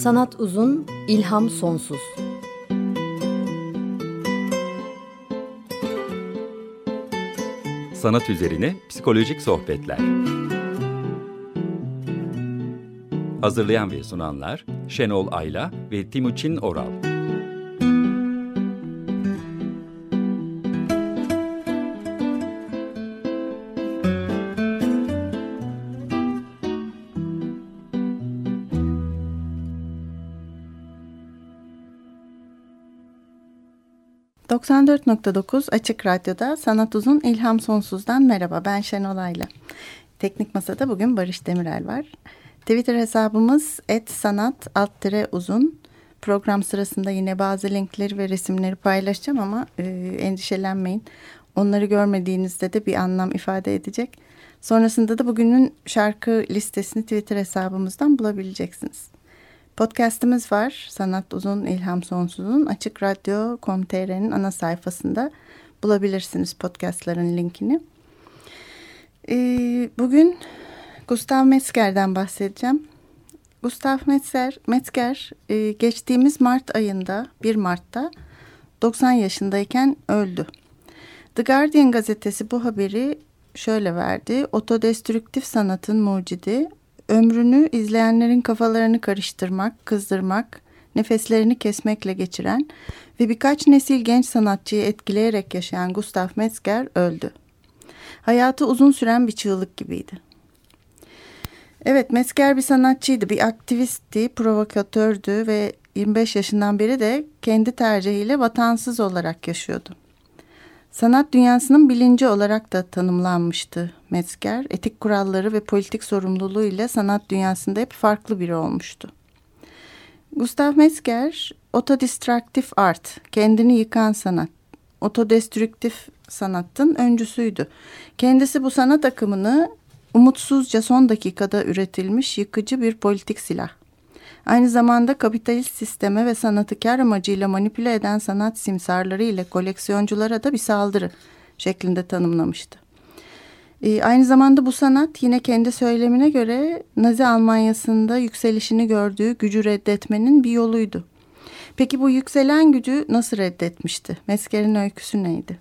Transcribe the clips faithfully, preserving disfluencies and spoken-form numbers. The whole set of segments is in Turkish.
Sanat uzun, ilham sonsuz. Sanat üzerine psikolojik sohbetler. Hazırlayan ve sunanlar Şenol Ayla ve Timuçin Oral. doksan dört nokta dokuz Açık Radyo'da Sanat Uzun İlham Sonsuz'dan merhaba, ben Şenol Ayla. Teknik Masa'da bugün Barış Demirel var. Twitter hesabımız et sanat alt tire uzun. Program sırasında yine bazı linkleri ve resimleri paylaşacağım ama e, endişelenmeyin. Onları görmediğinizde de bir anlam ifade edecek. Sonrasında da bugünün şarkı listesini Twitter hesabımızdan bulabileceksiniz. Podcast'ımız var. Sanat Uzun İlham Sonsuz'un açık radyo nokta com nokta tr'nin ana sayfasında bulabilirsiniz podcast'ların linkini. Ee, bugün Gustav Metzger'den bahsedeceğim. Gustav Metzger, Metzger e, geçtiğimiz Mart ayında, bir Mart'ta doksan yaşındayken öldü. The Guardian gazetesi bu haberi şöyle verdi: otodestrüktif sanatın mucidi, ömrünü izleyenlerin kafalarını karıştırmak, kızdırmak, nefeslerini kesmekle geçiren ve birkaç nesil genç sanatçıyı etkileyerek yaşayan Gustav Metzger öldü. Hayatı uzun süren bir çığlık gibiydi. Evet, Metzger bir sanatçıydı, bir aktivistti, provokatördü ve yirmi beş yaşından beri de kendi tercihiyle vatansız olarak yaşıyordu. Sanat dünyasının bilinci olarak da tanımlanmıştı Metzger. Etik kuralları ve politik sorumluluğuyla sanat dünyasında hep farklı biri olmuştu. Gustav Metzger, autodestructive art, kendini yıkan sanat, otodestrüktif sanatın öncüsüydü. Kendisi bu sanat akımını umutsuzca son dakikada üretilmiş yıkıcı bir politik silah, aynı zamanda kapitalist sisteme ve sanatı kar amacıyla manipüle eden sanat simsarları ile koleksiyonculara da bir saldırı şeklinde tanımlamıştı. Ee, aynı zamanda bu sanat yine kendi söylemine göre Nazi Almanyası'nda yükselişini gördüğü gücü reddetmenin bir yoluydu. Peki bu yükselen gücü nasıl reddetmişti? Metzger'in öyküsü neydi?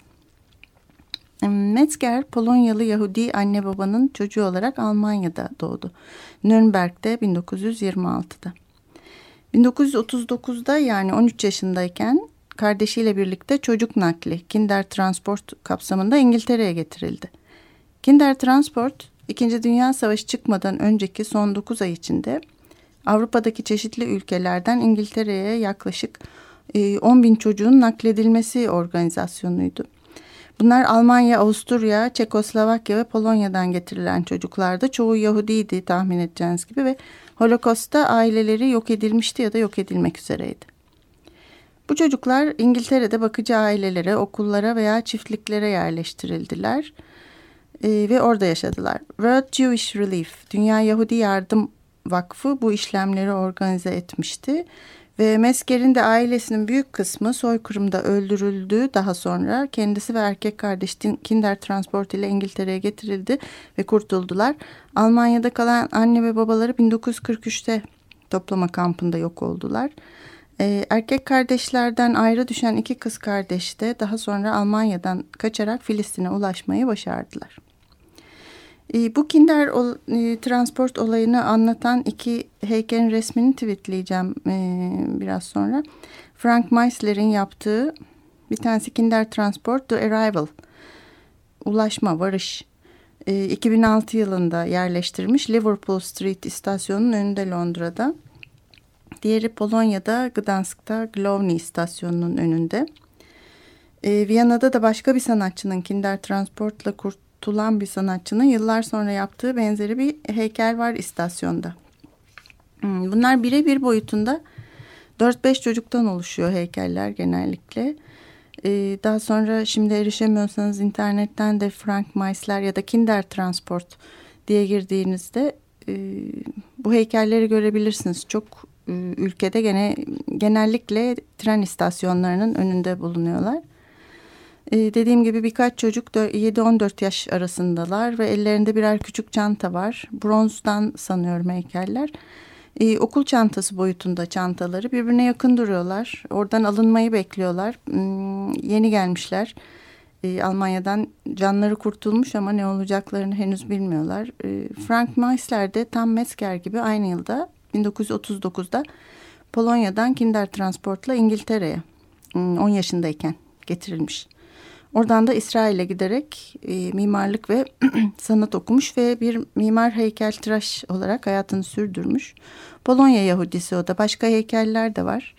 Metzger, Polonyalı Yahudi anne babanın çocuğu olarak Almanya'da doğdu. Nürnberg'de bin dokuz yüz yirmi altıda. bin dokuz yüz otuz dokuzda, yani on üç yaşındayken kardeşiyle birlikte çocuk nakli Kindertransport kapsamında İngiltere'ye getirildi. Kindertransport, İkinci Dünya Savaşı çıkmadan önceki son dokuz ay içinde Avrupa'daki çeşitli ülkelerden İngiltere'ye yaklaşık on bin çocuğun nakledilmesi organizasyonuydu. Bunlar Almanya, Avusturya, Çekoslovakya ve Polonya'dan getirilen çocuklardı. Çoğu Yahudiydi tahmin edeceğiniz gibi ve Holokost'ta aileleri yok edilmişti ya da yok edilmek üzereydi. Bu çocuklar İngiltere'de bakıcı ailelere, okullara veya çiftliklere yerleştirildiler ee, ve orada yaşadılar. World Jewish Relief, Dünya Yahudi Yardım Vakfı bu işlemleri organize etmişti. Ve Metzger'in de ailesinin büyük kısmı soykırımda öldürüldü. Daha sonra kendisi ve erkek kardeş Kindertransport ile İngiltere'ye getirildi ve kurtuldular. Almanya'da kalan anne ve babaları bin dokuz yüz kırk üçte toplama kampında yok oldular. Ee, erkek kardeşlerden ayrı düşen iki kız kardeş de daha sonra Almanya'dan kaçarak Filistin'e ulaşmayı başardılar. Bu Kinder e, transport olayını anlatan iki heykelin resmini tweetleyeceğim e, biraz sonra. Frank Meisler'in yaptığı, bir tanesi Kinder Transport The Arrival, ulaşma, varış. E, iki bin altı yılında yerleştirmiş Liverpool Street istasyonunun önünde Londra'da. Diğeri Polonya'da Gdansk'ta Główny istasyonunun önünde. E, Viyana'da da başka bir sanatçının Kinder Transport'la kurt Tutulan bir sanatçının yıllar sonra yaptığı benzeri bir heykel var istasyonda. Bunlar birebir boyutunda dört beş çocuktan oluşuyor heykeller genellikle. Ee, daha sonra şimdi erişemiyorsanız internetten de Frank Meisler ya da Kindertransport diye girdiğinizde e, bu heykelleri görebilirsiniz. Çok e, ülkede gene genellikle tren istasyonlarının önünde bulunuyorlar. Ee, dediğim gibi birkaç çocuk yedi on dört yaş arasındalar ve ellerinde birer küçük çanta var. Bronzdan sanıyorum heykeller. Ee, okul çantası boyutunda çantaları, birbirine yakın duruyorlar. Oradan alınmayı bekliyorlar. Hmm, yeni gelmişler. Ee, Almanya'dan canları kurtulmuş ama ne olacaklarını henüz bilmiyorlar. Ee, Frank Meisler de tam Metzger gibi aynı yılda bin dokuz yüz otuz dokuzda Polonya'dan Kindertransport'la İngiltere'ye hmm, on yaşındayken getirilmiş. Oradan da İsrail'e giderek e, mimarlık ve sanat okumuş ve bir mimar heykeltıraş olarak hayatını sürdürmüş. Polonya Yahudisi o da. Başka heykeller de var.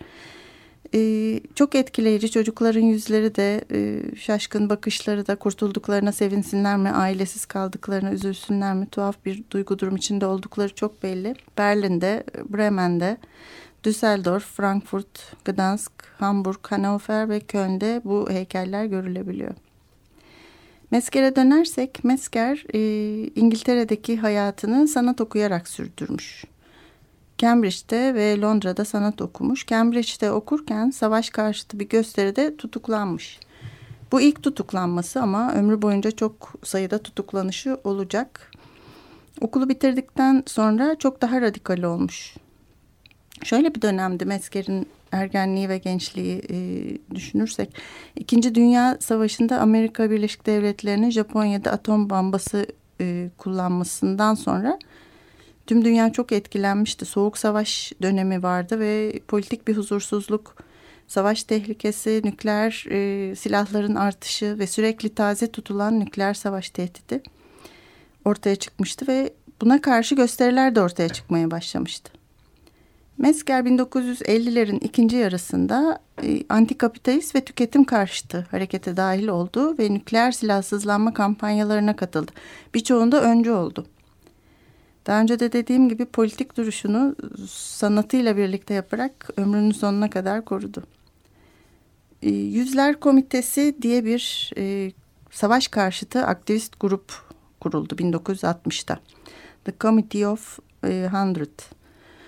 E, çok etkileyici. Çocukların yüzleri de, e, şaşkın bakışları da, kurtulduklarına sevinsinler mi, ailesiz kaldıklarına üzülsünler mi, tuhaf bir duygu durum içinde oldukları çok belli. Berlin'de, Bremen'de, Düsseldorf, Frankfurt, Gdansk, Hamburg, Hannover ve Köln'de bu heykeller görülebiliyor. Metzger'e dönersek, Metzger e, İngiltere'deki hayatını sanat okuyarak sürdürmüş. Cambridge'de ve Londra'da sanat okumuş. Cambridge'de okurken savaş karşıtı bir gösteride tutuklanmış. Bu ilk tutuklanması ama ömrü boyunca çok sayıda tutuklanışı olacak. Okulu bitirdikten sonra çok daha radikal olmuş. Şöyle bir dönemdi Metzger'in ergenliği ve gençliği e, düşünürsek. İkinci Dünya Savaşı'nda Amerika Birleşik Devletleri'nin Japonya'da atom bombası e, kullanmasından sonra tüm dünya çok etkilenmişti. Soğuk Savaş dönemi vardı ve politik bir huzursuzluk, savaş tehlikesi, nükleer e, silahların artışı ve sürekli taze tutulan nükleer savaş tehdidi ortaya çıkmıştı ve buna karşı gösteriler de ortaya çıkmaya başlamıştı. Metzger bin dokuz yüz ellilerin ikinci yarısında e, antikapitalist ve tüketim karşıtı harekete dahil oldu ve nükleer silahsızlanma kampanyalarına katıldı. Birçoğunda öncü oldu. Daha önce de dediğim gibi politik duruşunu sanatıyla birlikte yaparak ömrünün sonuna kadar korudu. E, Yüzler Komitesi diye bir e, savaş karşıtı aktivist grup kuruldu bin dokuz yüz altmışta. The Committee of e, Hundred.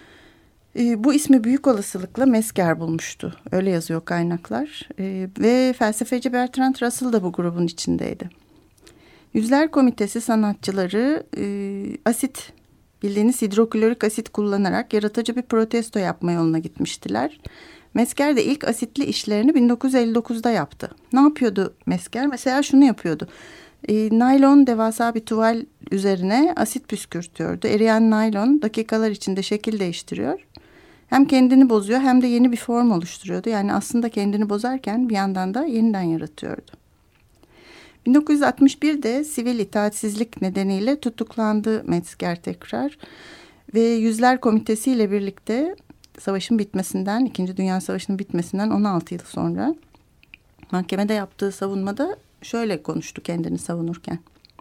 E, bu ismi büyük olasılıkla Metzger bulmuştu. Öyle yazıyor kaynaklar. E, ve felsefeci Bertrand Russell da bu grubun içindeydi. Yüzler Komitesi sanatçıları e, asit, bildiğiniz hidroklorik asit kullanarak yaratıcı bir protesto yapma yoluna gitmiştiler. Metzger de ilk asitli işlerini bin dokuz yüz elli dokuzda yaptı. Ne yapıyordu Metzger? Mesela şunu yapıyordu. E, naylon devasa bir tuval üzerine asit püskürtüyordu. Eriyen naylon dakikalar içinde şekil değiştiriyor. Hem kendini bozuyor hem de yeni bir form oluşturuyordu. Yani aslında kendini bozarken bir yandan da yeniden yaratıyordu. bin dokuz yüz altmış birde sivil itaatsizlik nedeniyle tutuklandı Metzger tekrar. Ve Yüzler Komitesi ile birlikte savaşın bitmesinden, İkinci Dünya Savaşı'nın bitmesinden on altı yıl sonra mahkemede yaptığı savunmada şöyle konuştu kendini savunurken.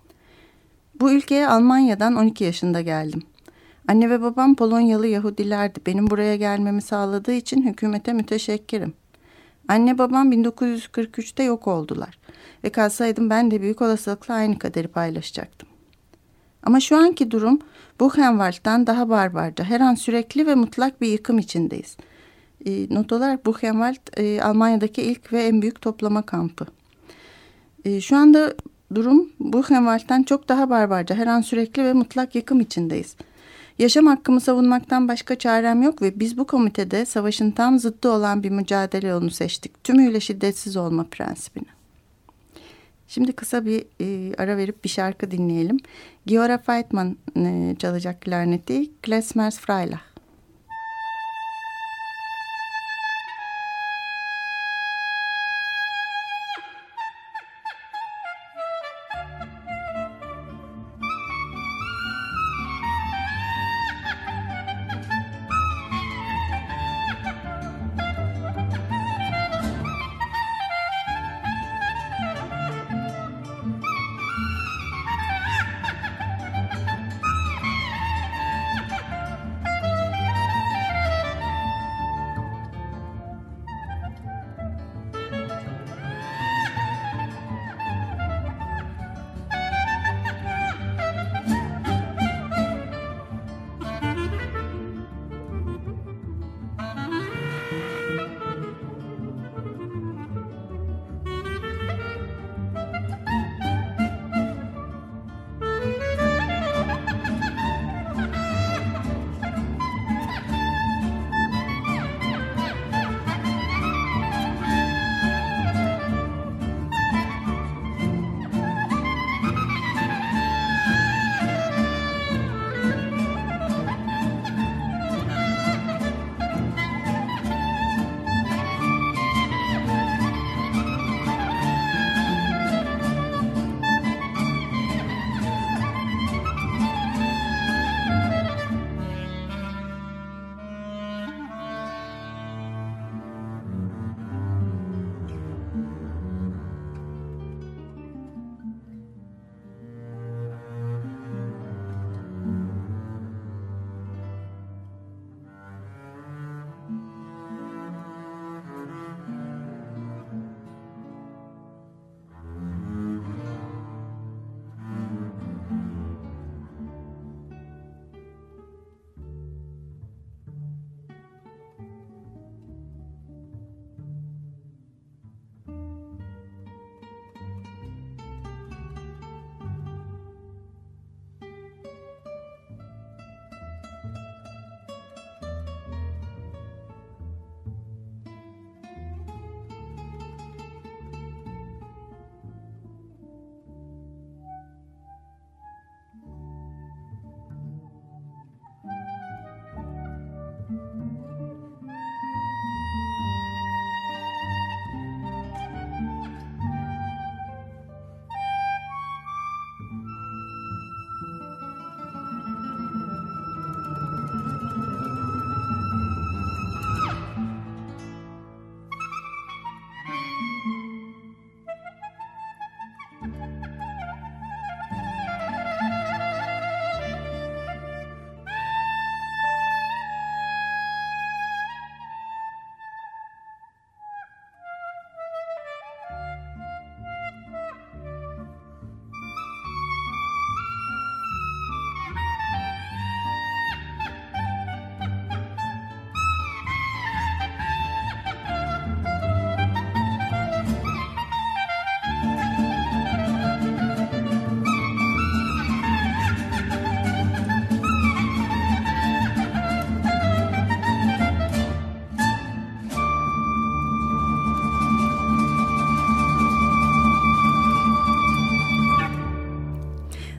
Bu ülkeye Almanya'dan on iki yaşında geldim. Anne ve babam Polonyalı Yahudilerdi. Benim buraya gelmemi sağladığı için hükümete müteşekkirim. Anne babam bin dokuz yüz kırk üçte yok oldular. Ve kalsaydım ben de büyük olasılıkla aynı kaderi paylaşacaktım. Ama şu anki durum Buchenwald'dan daha barbarca. Her an sürekli ve mutlak bir yıkım içindeyiz. E, not olarak Buchenwald e, Almanya'daki ilk ve en büyük toplama kampı. E, şu anda durum Buchenwald'dan çok daha barbarca. Her an sürekli ve mutlak yıkım içindeyiz. Yaşam hakkımı savunmaktan başka çarem yok ve biz bu komitede savaşın tam zıttı olan bir mücadele yolunu seçtik. Tümüyle şiddetsiz olma prensibini. Şimdi kısa bir e, ara verip bir şarkı dinleyelim. Giora Feitman e, çalacak klarneti, Klezmer's Freilach.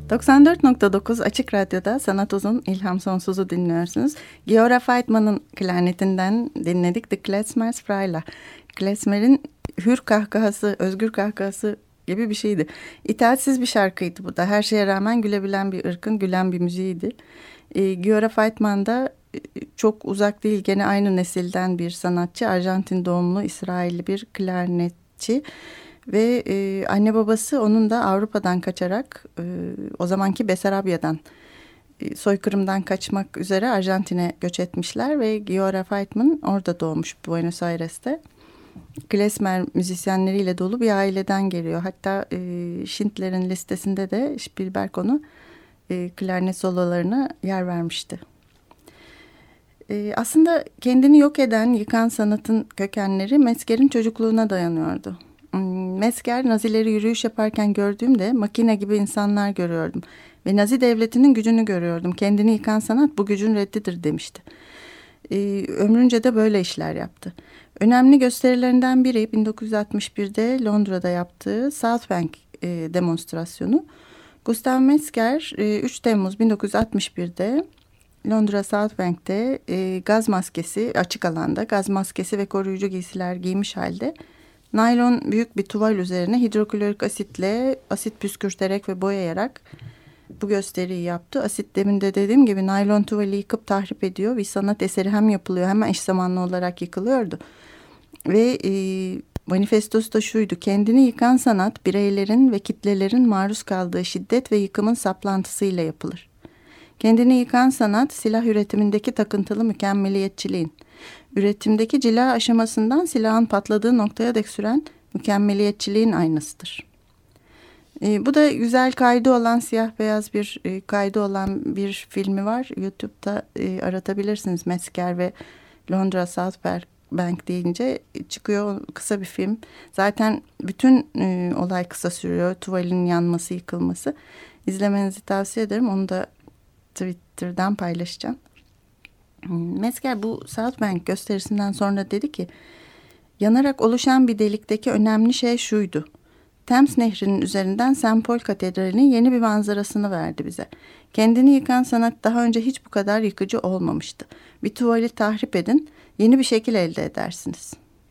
doksan dört nokta dokuz Açık Radyo'da Sanat Uzun İlham Sonsuz'u dinliyorsunuz. Giora Feitman'ın klarnetinden dinledik The Klezmer-Freila. Klezmer'in hür kahkahası, özgür kahkahası gibi bir şeydi. İtaatsiz bir şarkıydı bu da. Her şeye rağmen gülebilen bir ırkın gülen bir müziğiydi. E, Giora Feitman da e, çok uzak değil, gene aynı nesilden bir sanatçı. Arjantin doğumlu İsrailli bir klarnetçi. Ve e, anne babası onun da Avrupa'dan kaçarak e, o zamanki Besarabya'dan e, soykırımdan kaçmak üzere Arjantin'e göç etmişler ve Giora Feitman orada doğmuş, Buenos Aires'te. Klezmer müzisyenleriyle dolu bir aileden geliyor. Hatta e, Schindler'in listesinde de Spielberg onu e, klarnet sololarına yer vermişti. E, aslında kendini yok eden, yıkan sanatın kökenleri Metzger'in çocukluğuna dayanıyordu. Metzger, Nazileri yürüyüş yaparken gördüğümde makine gibi insanlar görüyordum. Ve Nazi devletinin gücünü görüyordum. Kendini yıkan sanat bu gücün reddidir demişti. Ee, ömrünce de böyle işler yaptı. Önemli gösterilerinden biri bin dokuz yüz altmış birde Londra'da yaptığı South Bank e, demonstrasyonu. Gustav Metzger e, üç Temmuz bin dokuz yüz altmış birde Londra South Bank'te e, gaz maskesi, açık alanda gaz maskesi ve koruyucu giysiler giymiş halde naylon büyük bir tuval üzerine hidroklorik asitle asit püskürterek ve boyayarak bu gösteriyi yaptı. Asit, demin de dediğim gibi, naylon tuvali yıkıp tahrip ediyor. Bir sanat eseri hem yapılıyor hem eş zamanlı olarak yıkılıyordu. Ve e, manifestosu da şuydu: kendini yıkan sanat bireylerin ve kitlelerin maruz kaldığı şiddet ve yıkımın saplantısıyla yapılır. Kendini yıkan sanat silah üretimindeki takıntılı mükemmeliyetçiliğin, üretimdeki cila aşamasından silahın patladığı noktaya dek süren mükemmeliyetçiliğin aynasıdır. E, bu da güzel kaydı olan, siyah beyaz bir e, kaydı olan bir filmi var. YouTube'da e, aratabilirsiniz. Metzger ve Londra South Bank deyince çıkıyor, kısa bir film. Zaten bütün e, olay kısa sürüyor. Tuvalin yanması, yıkılması. İzlemenizi tavsiye ederim. Onu da Twitter'dan paylaşacağım. Metzger bu South Bank gösterisinden sonra dedi ki, yanarak oluşan bir delikteki önemli şey şuydu: Thames Nehri'nin üzerinden Saint Paul Katedrali'nin yeni bir manzarasını verdi bize. Kendini yıkan sanat daha önce hiç bu kadar yıkıcı olmamıştı. Bir tuvali tahrip edin, yeni bir şekil elde edersiniz.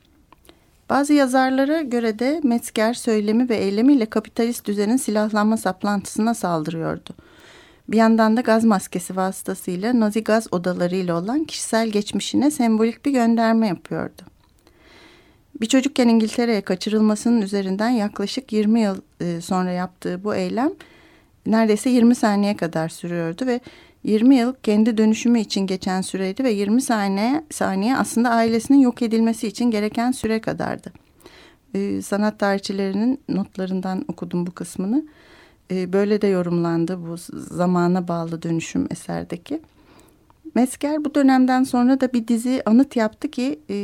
Bazı yazarlara göre de Metzger söylemi ve eylemiyle kapitalist düzenin silahlanma saplantısına saldırıyordu. Bir yandan da gaz maskesi vasıtasıyla Nazi gaz odalarıyla olan kişisel geçmişine sembolik bir gönderme yapıyordu. Bir çocukken İngiltere'ye kaçırılmasının üzerinden yaklaşık yirmi yıl sonra yaptığı bu eylem neredeyse yirmi saniye kadar sürüyordu ve yirmi yıl kendi dönüşümü için geçen süreydi ve yirmi saniye, saniye aslında ailesinin yok edilmesi için gereken süre kadardı. Ee, sanat tarihçilerinin notlarından okudum bu kısmını. Ee, böyle de yorumlandı bu zamana bağlı dönüşüm eserdeki. Metzger bu dönemden sonra da bir dizi anıt yaptı ki e,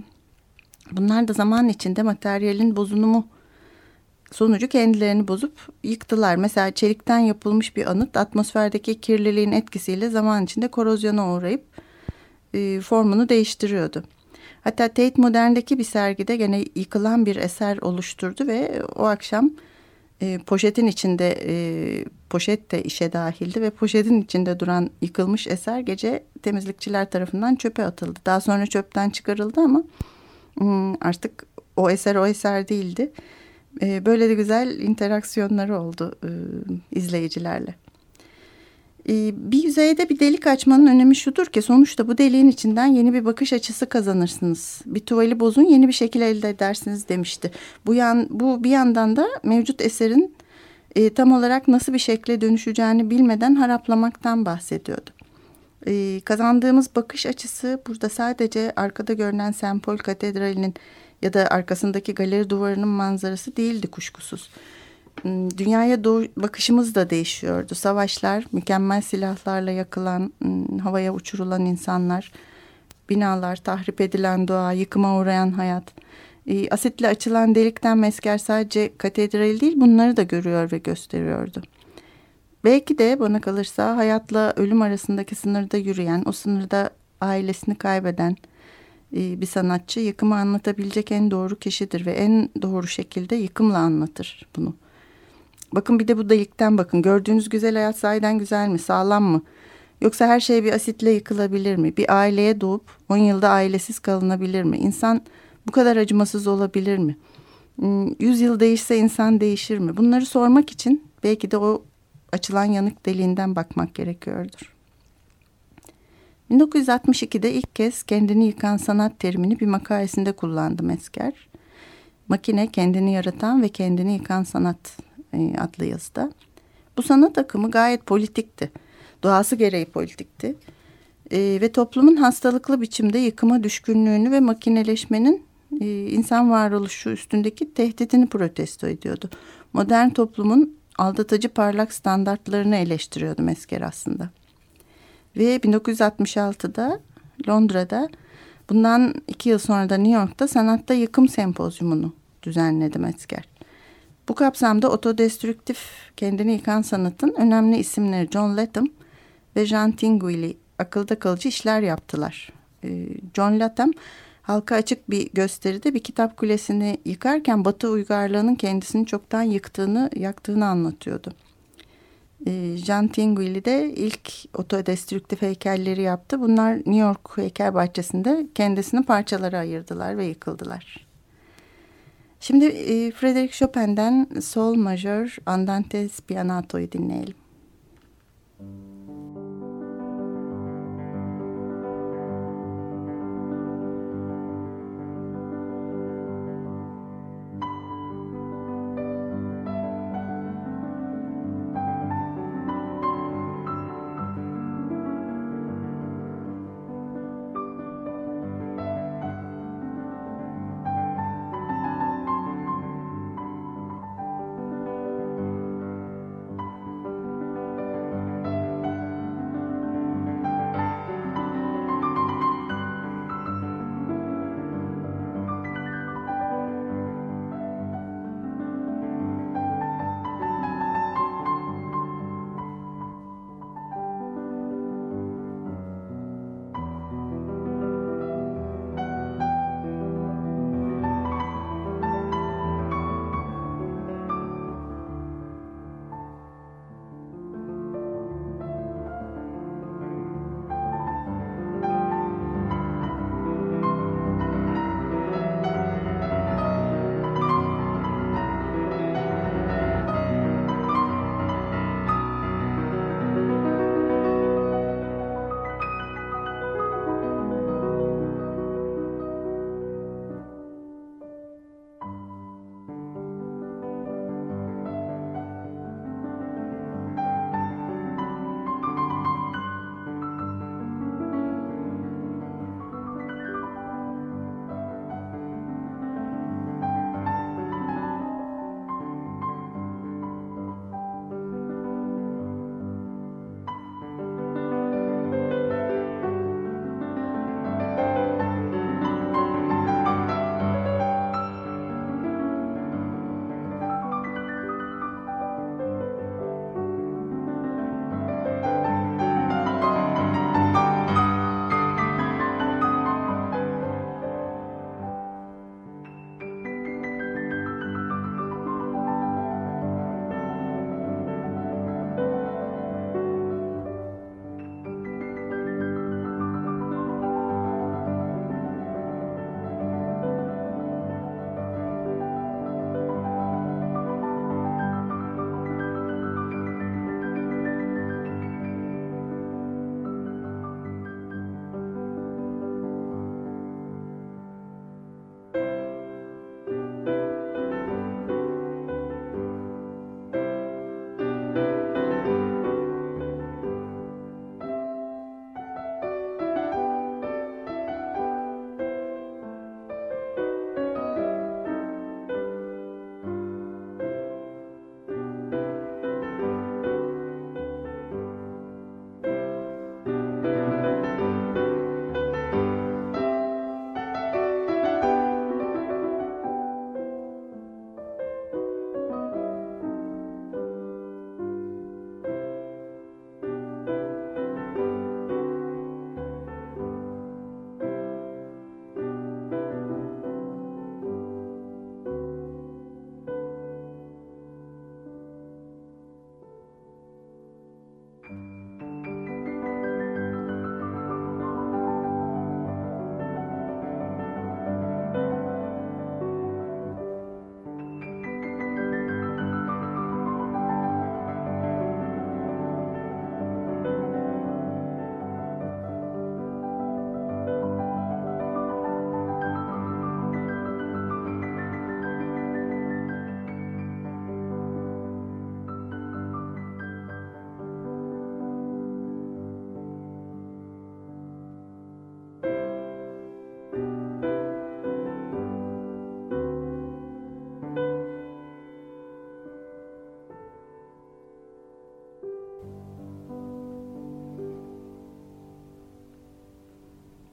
bunlar da zaman içinde materyalin bozunumu sonucu kendilerini bozup yıktılar. Mesela çelikten yapılmış bir anıt atmosferdeki kirliliğin etkisiyle zaman içinde korozyona uğrayıp e, formunu değiştiriyordu. Hatta Tate Modern'deki bir sergide gene yıkılan bir eser oluşturdu ve o akşam e, poşetin içinde e, poşet de işe dahildi ve poşetin içinde duran yıkılmış eser gece temizlikçiler tarafından çöpe atıldı. Daha sonra çöpten çıkarıldı ama hmm, artık o eser o eser değildi. E, böyle de güzel interaksiyonları oldu e, izleyicilerle. E, bir yüzeyde bir delik açmanın önemi şudur ki sonuçta bu deliğin içinden yeni bir bakış açısı kazanırsınız. Bir tuvali bozun, yeni bir şekil elde edersiniz demişti. Bu, yan, bu bir yandan da mevcut eserin e, tam olarak nasıl bir şekle dönüşeceğini bilmeden haraplamaktan bahsediyordu. E, kazandığımız bakış açısı burada sadece arkada görünen Saint Paul Katedrali'nin ya da arkasındaki galeri duvarının manzarası değildi kuşkusuz. Dünyaya bakışımız da değişiyordu. Savaşlar, mükemmel silahlarla yakılan, havaya uçurulan insanlar, binalar, tahrip edilen doğa, yıkıma uğrayan hayat. Asitle açılan delikten Metzger sadece katedrali değil, bunları da görüyor ve gösteriyordu. Belki de bana kalırsa hayatla ölüm arasındaki sınırda yürüyen, o sınırda ailesini kaybeden bir sanatçı yıkımı anlatabilecek en doğru kişidir ve en doğru şekilde yıkımla anlatır bunu. Bakın bir de bu delikten bakın. Gördüğünüz güzel hayat sahiden güzel mi? Sağlam mı? Yoksa her şey bir asitle yıkılabilir mi? Bir aileye doğup on yılda ailesiz kalınabilir mi? İnsan bu kadar acımasız olabilir mi? Yüz yıl değişse insan değişir mi? Bunları sormak için belki de o açılan yanık deliğinden bakmak gerekiyordur. bin dokuz yüz altmış ikide ilk kez kendini yıkan sanat terimini bir makalesinde kullandı Metzger. Makine kendini yaratan ve kendini yıkan sanat adlı yazıda. Bu sanat akımı gayet politikti. Doğası gereği politikti. E, ve toplumun hastalıklı biçimde yıkıma düşkünlüğünü ve makineleşmenin e, insan varoluşu üstündeki tehditini protesto ediyordu. Modern toplumun aldatıcı parlak standartlarını eleştiriyordu Metzger aslında. Ve bin dokuz yüz altmış altıda Londra'da, bundan iki yıl sonra da New York'ta sanatta yıkım sempozyumunu düzenledi Metzger. Bu kapsamda otodestrüktif kendini yıkan sanatın önemli isimleri John Latham ve Jean Tinguely akılda kalıcı işler yaptılar. John Latham halka açık bir gösteride bir kitap kulesini yıkarken Batı uygarlığının kendisini çoktan yıktığını, yaktığını anlatıyordu. Jean Tinguely de ilk otodestrüktif heykelleri yaptı. Bunlar New York heykel bahçesinde kendisini parçalara ayırdılar ve yıkıldılar. Şimdi e, Frédéric Chopin'den Sol Majör Andante Spianato'yu dinleyelim.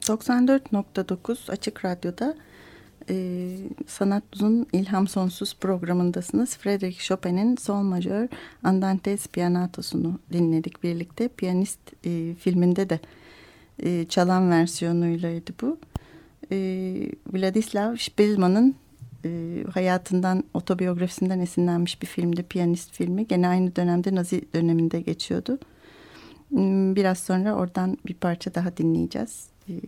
doksan dört nokta dokuz Açık Radyo'da e, Sanat Uzun İlham Sonsuz programındasınız. Frédéric Chopin'in Sol Majör Andante Spianato'sunu dinledik birlikte. Piyanist e, filminde de e, çalan versiyonuylaydı bu. E, Vladislav Szpilman'ın e, hayatından, otobiyografisinden esinlenmiş bir filmdi. Piyanist filmi. Gene aynı dönemde Nazi döneminde geçiyordu. Biraz sonra oradan bir parça daha dinleyeceğiz.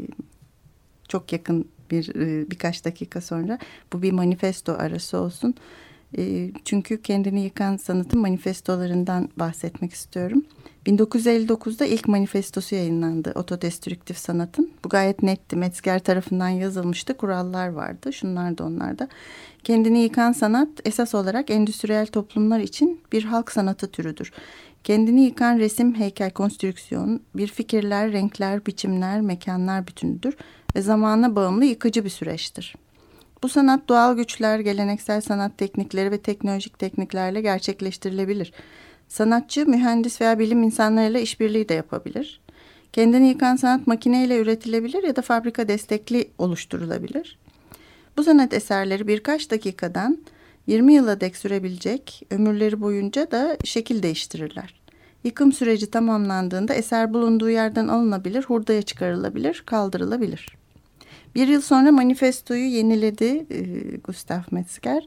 Çok yakın bir birkaç dakika sonra. Bu bir manifesto arası olsun. Çünkü kendini yıkan sanatın manifestolarından bahsetmek istiyorum. bin dokuz yüz elli dokuzda ilk manifestosu yayınlandı Otodestrüktif Sanat'ın. Bu gayet netti. Metzger tarafından yazılmıştı. Kurallar vardı. Şunlar da onlar da. Kendini yıkan sanat esas olarak endüstriyel toplumlar için bir halk sanatı türüdür. Kendini yıkan resim, heykel, konstrüksiyon, bir fikirler, renkler, biçimler, mekanlar bütünüdür ve zamana bağımlı yıkıcı bir süreçtir. Bu sanat doğal güçler, geleneksel sanat teknikleri ve teknolojik tekniklerle gerçekleştirilebilir. Sanatçı, mühendis veya bilim insanlarıyla işbirliği de yapabilir. Kendini yıkan sanat makineyle üretilebilir ya da fabrika destekli oluşturulabilir. Bu sanat eserleri birkaç dakikadan yirmi yıla dek sürebilecek, ömürleri boyunca da şekil değiştirirler. Yıkım süreci tamamlandığında eser bulunduğu yerden alınabilir, hurdaya çıkarılabilir, kaldırılabilir. Bir yıl sonra manifestoyu yeniledi e, Gustav Metzger.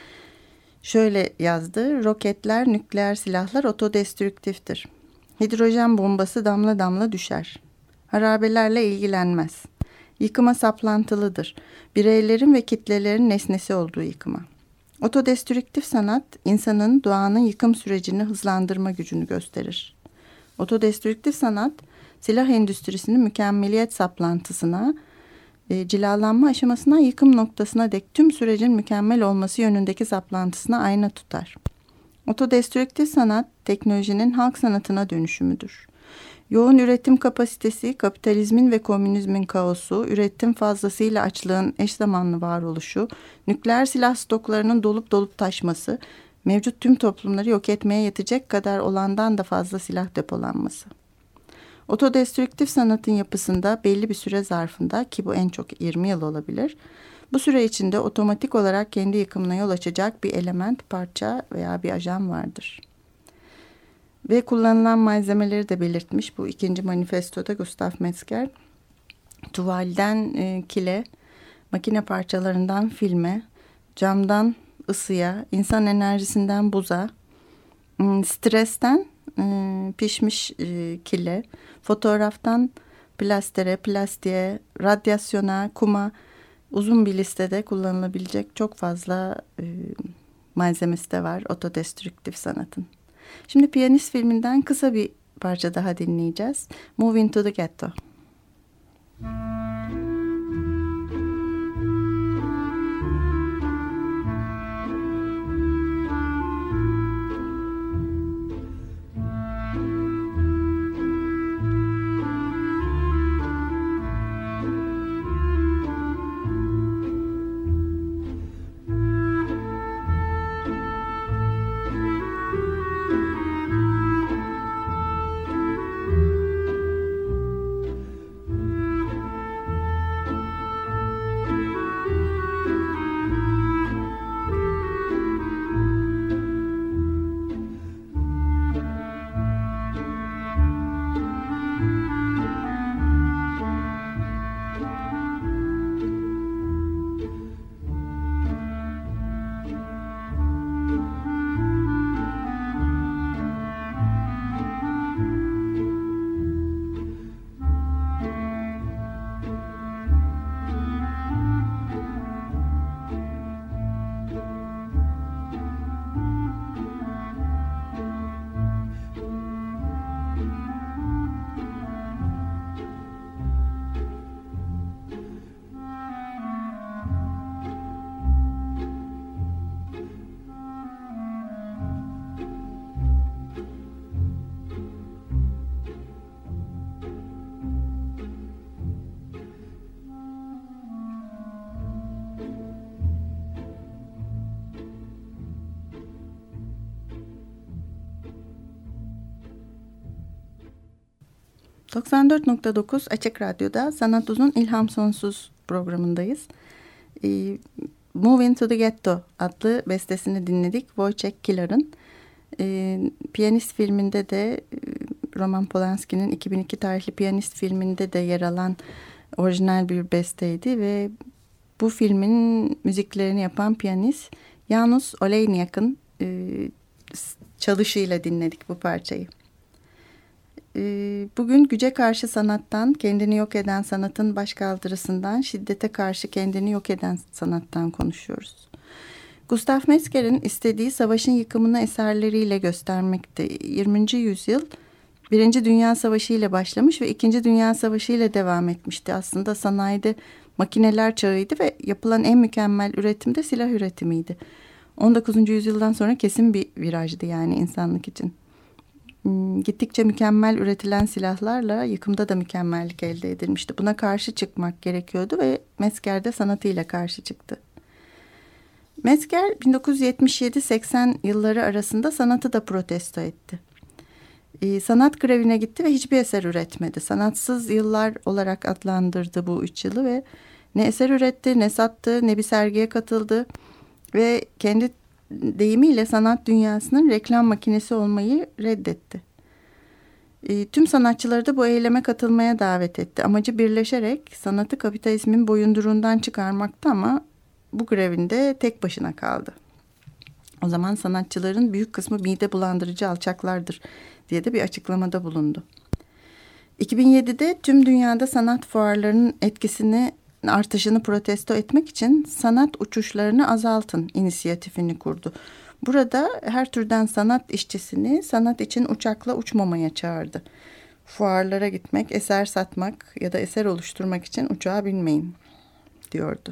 Şöyle yazdı: roketler, nükleer silahlar otodestrüktiftir. Hidrojen bombası damla damla düşer. Harabelerle ilgilenmez. Yıkıma saplantılıdır. Bireylerin ve kitlelerin nesnesi olduğu yıkıma. Otodestrüktif sanat, insanın doğanın yıkım sürecini hızlandırma gücünü gösterir. Otodestrüktif sanat, silah endüstrisinin mükemmeliyet saplantısına, e, cilalanma aşamasından yıkım noktasına dek tüm sürecin mükemmel olması yönündeki saplantısına ayna tutar. Otodestrüktif sanat, teknolojinin halk sanatına dönüşümüdür. Yoğun üretim kapasitesi, kapitalizmin ve komünizmin kaosu, üretim fazlasıyla açlığın eş zamanlı varoluşu, nükleer silah stoklarının dolup dolup taşması, mevcut tüm toplumları yok etmeye yetecek kadar olandan da fazla silah depolanması. Otodestrüktif sanatın yapısında belli bir süre zarfında, ki bu en çok yirmi yıl olabilir, bu süre içinde otomatik olarak kendi yıkımına yol açacak bir element, parça veya bir ajan vardır. Ve kullanılan malzemeleri de belirtmiş bu ikinci manifestoda Gustav Metzger. Tuvalden e, kile, makine parçalarından filme, camdan ısıya, insan enerjisinden buza, stresten e, pişmiş e, kile, fotoğraftan plastere, plastiğe, radyasyona, kuma, uzun bir listede kullanılabilecek çok fazla e, malzemesi de var otodestrüktif sanatın. Şimdi Piyanist filminden kısa bir parça daha dinleyeceğiz. Move into the Ghetto. doksan dört nokta dokuz Açık Radyo'da Sanat Uzun İlham Sonsuz programındayız. E, Move Into the Ghetto adlı bestesini dinledik. Wojciech Killer'ın. E, Piyanist filminde de e, Roman Polanski'nin iki bin iki tarihli Piyanist filminde de yer alan orijinal bir besteydi ve bu filmin müziklerini yapan piyanist Janusz Olejniak'ın e, çalışıyla dinledik bu parçayı. Bugün güce karşı sanattan, kendini yok eden sanatın başkaldırısından, şiddete karşı kendini yok eden sanattan konuşuyoruz. Gustav Metzger'in istediği savaşın yıkımını eserleriyle göstermekte. yirminci yüzyıl Birinci Dünya Savaşı ile başlamış ve İkinci Dünya Savaşı ile devam etmişti. Aslında sanayide makineler çağıydı ve yapılan en mükemmel üretim de silah üretimiydi. on dokuzuncu yüzyıldan sonra kesin bir virajdı yani insanlık için. Gittikçe mükemmel üretilen silahlarla yıkımda da mükemmellik elde edilmişti. Buna karşı çıkmak gerekiyordu ve Metzger de sanatıyla karşı çıktı. Metzger bin dokuz yüz yetmiş yedi seksen yılları arasında sanatı da protesto etti. Ee, sanat grevine gitti ve hiçbir eser üretmedi. Sanatsız yıllar olarak adlandırdı bu üç yılı ve ne eser üretti, ne sattı, ne bir sergiye katıldı ve kendi deyimiyle sanat dünyasının reklam makinesi olmayı reddetti. E, tüm sanatçıları da bu eyleme katılmaya davet etti. Amacı birleşerek sanatı kapitalizmin boyunduruğundan çıkarmaktı ama bu grevinde tek başına kaldı. O zaman sanatçıların büyük kısmı mide bulandırıcı alçaklardır diye de bir açıklamada bulundu. iki bin yedide tüm dünyada sanat fuarlarının etkisini artışını protesto etmek için sanat uçuşlarını azaltın inisiyatifini kurdu. Burada her türden sanat işçisini sanat için uçakla uçmamaya çağırdı. Fuarlara gitmek, eser satmak ya da eser oluşturmak için uçağa binmeyin diyordu.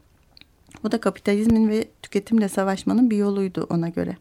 Bu da kapitalizmin ve tüketimle savaşmanın bir yoluydu ona göre.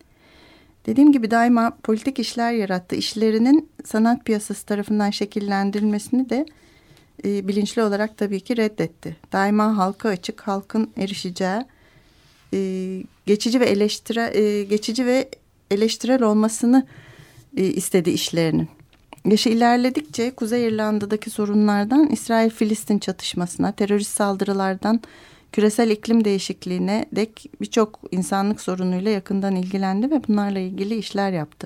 Dediğim gibi daima politik işler yarattı. İşlerinin sanat piyasası tarafından şekillendirilmesini de E, bilinçli olarak tabii ki reddetti. Daima halka açık, halkın erişeceği, e, geçici ve eleştire, e, geçici ve eleştirel olmasını e, istedi işlerinin. Yaşı ilerledikçe Kuzey İrlanda'daki sorunlardan İsrail-Filistin çatışmasına, terörist saldırılardan küresel iklim değişikliğine dek birçok insanlık sorunuyla yakından ilgilendi ve bunlarla ilgili işler yaptı.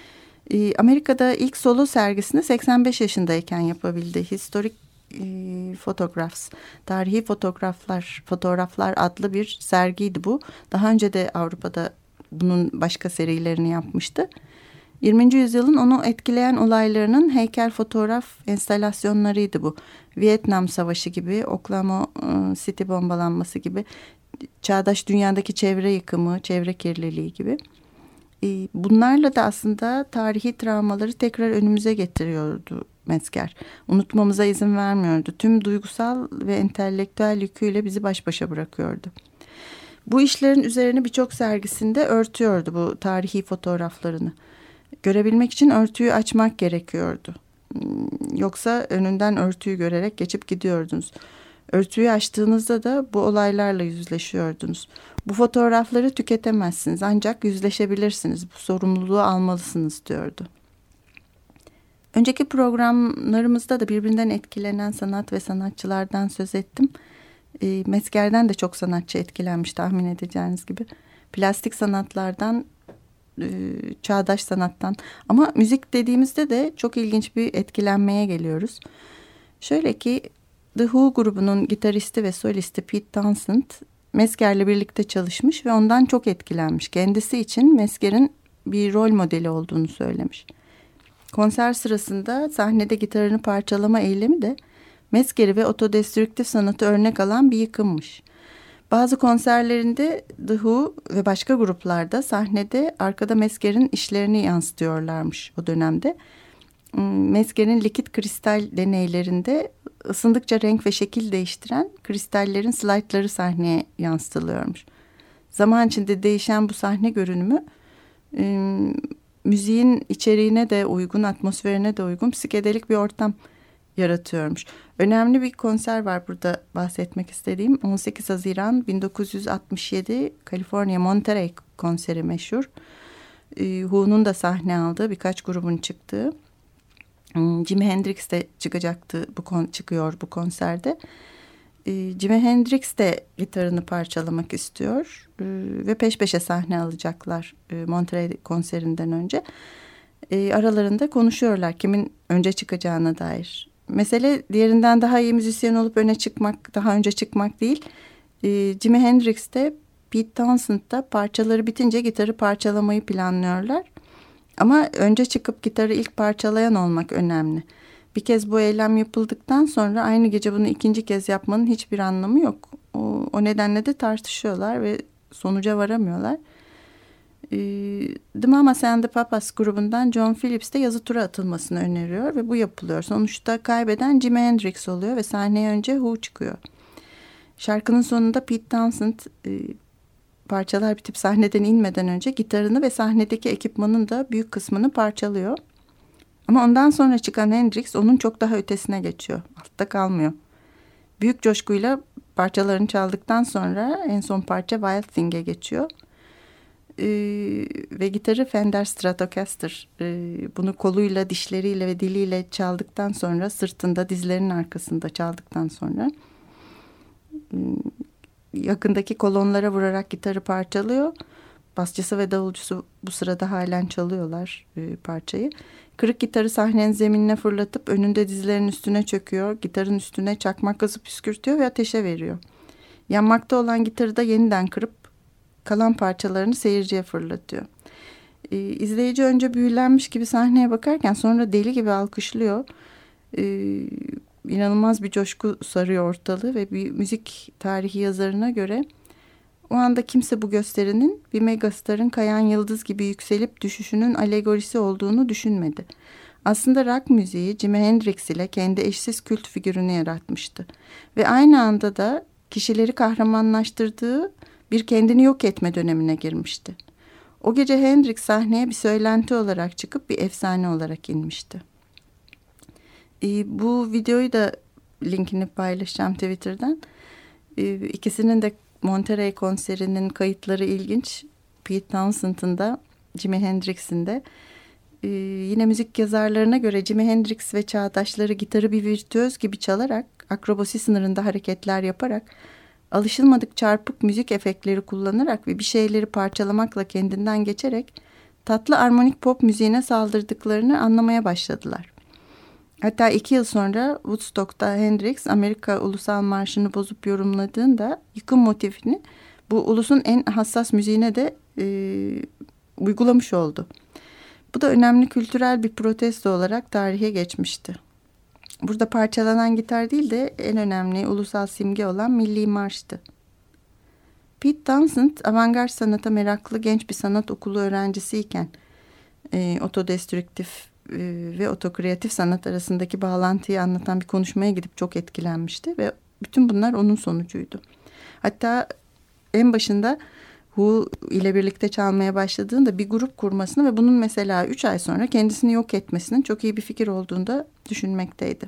E, Amerika'da ilk solo sergisini seksen beş yaşındayken yapabildi. Historic E, Photographs, tarihi fotoğraflar, fotoğraflar adlı bir sergiydi bu. Daha önce de Avrupa'da bunun başka serilerini yapmıştı. yirminci yüzyılın onu etkileyen olaylarının heykel fotoğraf enstalasyonlarıydı bu. Vietnam Savaşı gibi, Oklahoma City bombalanması gibi, çağdaş dünyadaki çevre yıkımı, çevre kirliliği gibi. E, bunlarla da aslında tarihi travmaları tekrar önümüze getiriyordu Metzger. Unutmamıza izin vermiyordu. Tüm duygusal ve entelektüel yüküyle bizi baş başa bırakıyordu. Bu işlerin üzerine birçok sergisinde örtüyordu bu tarihi fotoğraflarını. Görebilmek için örtüyü açmak gerekiyordu. Yoksa önünden örtüyü görerek geçip gidiyordunuz. Örtüyü açtığınızda da bu olaylarla yüzleşiyordunuz. Bu fotoğrafları tüketemezsiniz ancak yüzleşebilirsiniz. Bu sorumluluğu almalısınız diyordu. Önceki programlarımızda da birbirinden etkilenen sanat ve sanatçılardan söz ettim. E, Metzger'den de çok sanatçı etkilenmiş tahmin edeceğiniz gibi. Plastik sanatlardan, e, çağdaş sanattan. Ama müzik dediğimizde de çok ilginç bir etkilenmeye geliyoruz. Şöyle ki The Who grubunun gitaristi ve solisti Pete Townshend Metzger'le birlikte çalışmış ve ondan çok etkilenmiş. Kendisi için Metzger'in bir rol modeli olduğunu söylemiş. Konser sırasında sahnede gitarını parçalama eylemi de Metzger'i ve otodestrüktif sanatı örnek alan bir yıkımmış. Bazı konserlerinde The Who ve başka gruplarda sahnede arkada Metzger'in işlerini yansıtıyorlarmış o dönemde. Metzger'in likit kristal deneylerinde ısındıkça renk ve şekil değiştiren kristallerin slaytları sahneye yansıtılıyormuş. Zaman içinde değişen bu sahne görünümü müziğin içeriğine de uygun, atmosferine de uygun psikedelik bir ortam yaratıyormuş. Önemli bir konser var burada bahsetmek istediğim. on sekiz Haziran bin dokuz yüz altmış yedi Kaliforniya Monterey konseri meşhur. Who'nun da sahne aldığı, birkaç grubun çıktığı. Jimi Hendrix de çıkacaktı, bu kon çıkıyor bu konserde. Jimi Hendrix de gitarını parçalamak istiyor ve peş peşe sahne alacaklar Monterey konserinden önce. Aralarında konuşuyorlar kimin önce çıkacağına dair. Mesele diğerinden daha iyi müzisyen olup öne çıkmak, daha önce çıkmak değil. Jimi Hendrix de Pete Townshend da parçaları bitince gitarı parçalamayı planlıyorlar. Ama önce çıkıp gitarı ilk parçalayan olmak önemli. Bir kez bu eylem yapıldıktan sonra aynı gece bunu ikinci kez yapmanın hiçbir anlamı yok. O, o nedenle de tartışıyorlar ve sonuca varamıyorlar. Ee, The Mamas and the Papas grubundan John Phillips de yazı tura atılmasını öneriyor ve bu yapılıyor. Sonuçta kaybeden Jimi Hendrix oluyor ve sahneye önce Who çıkıyor. Şarkının sonunda Pete Townshend e, parçalar bitip sahneden inmeden önce gitarını ve sahnedeki ekipmanın da büyük kısmını parçalıyor. Ama ondan sonra çıkan Hendrix onun çok daha ötesine geçiyor. Altta kalmıyor. Büyük coşkuyla parçalarını çaldıktan sonra en son parça Wild Thing'e geçiyor. Ee, ve gitarı Fender Stratocaster. Ee, bunu koluyla, dişleriyle ve diliyle çaldıktan sonra, sırtında, dizlerinin arkasında çaldıktan sonra yakındaki kolonlara vurarak gitarı parçalıyor. Basçısı ve davulcusu bu sırada halen çalıyorlar e, parçayı. Kırık gitarı sahnenin zeminine fırlatıp önünde dizlerinin üstüne çöküyor. Gitarın üstüne çakmak gazı püskürtüyor ve ateşe veriyor. Yanmakta olan gitarı da yeniden kırıp kalan parçalarını seyirciye fırlatıyor. E, izleyici önce büyülenmiş gibi sahneye bakarken sonra deli gibi alkışlıyor. E, inanılmaz bir coşku sarıyor ortalığı ve bir müzik tarihi yazarına göre o anda kimse bu gösterinin bir megastarın kayan yıldız gibi yükselip düşüşünün alegorisi olduğunu düşünmedi. Aslında rock müziği Jimi Hendrix ile kendi eşsiz kült figürünü yaratmıştı. Ve aynı anda da kişileri kahramanlaştırdığı bir kendini yok etme dönemine girmişti. O gece Hendrix sahneye bir söylenti olarak çıkıp bir efsane olarak inmişti. Ee, bu videoyu da linkini paylaşacağım Twitter'dan. Ee, ikisinin de Monterey konserinin kayıtları ilginç. Pete Townshend'ın da Jimi Hendrix'in de. Ee, yine müzik yazarlarına göre Jimi Hendrix ve çağdaşları gitarı bir virtüöz gibi çalarak, akrobasi sınırında hareketler yaparak, alışılmadık çarpık müzik efektleri kullanarak ve bir şeyleri parçalamakla kendinden geçerek tatlı armonik pop müziğine saldırdıklarını anlamaya başladılar. Hatta iki yıl sonra Woodstock'ta Hendrix Amerika Ulusal Marşı'nı bozup yorumladığında yıkım motifini bu ulusun en hassas müziğine de e, uygulamış oldu. Bu da önemli kültürel bir protesto olarak tarihe geçmişti. Burada parçalanan gitar değil de en önemli ulusal simge olan Milli Marş'tı. Pete Townshend avantgard sanata meraklı genç bir sanat okulu öğrencisiyken e, otodestrüktif ve otokreatif sanat arasındaki bağlantıyı anlatan bir konuşmaya gidip çok etkilenmişti ve bütün bunlar onun sonucuydu. Hatta en başında Who ile birlikte çalmaya başladığında bir grup kurmasını ve bunun mesela üç ay sonra kendisini yok etmesinin çok iyi bir fikir olduğunu da düşünmekteydi.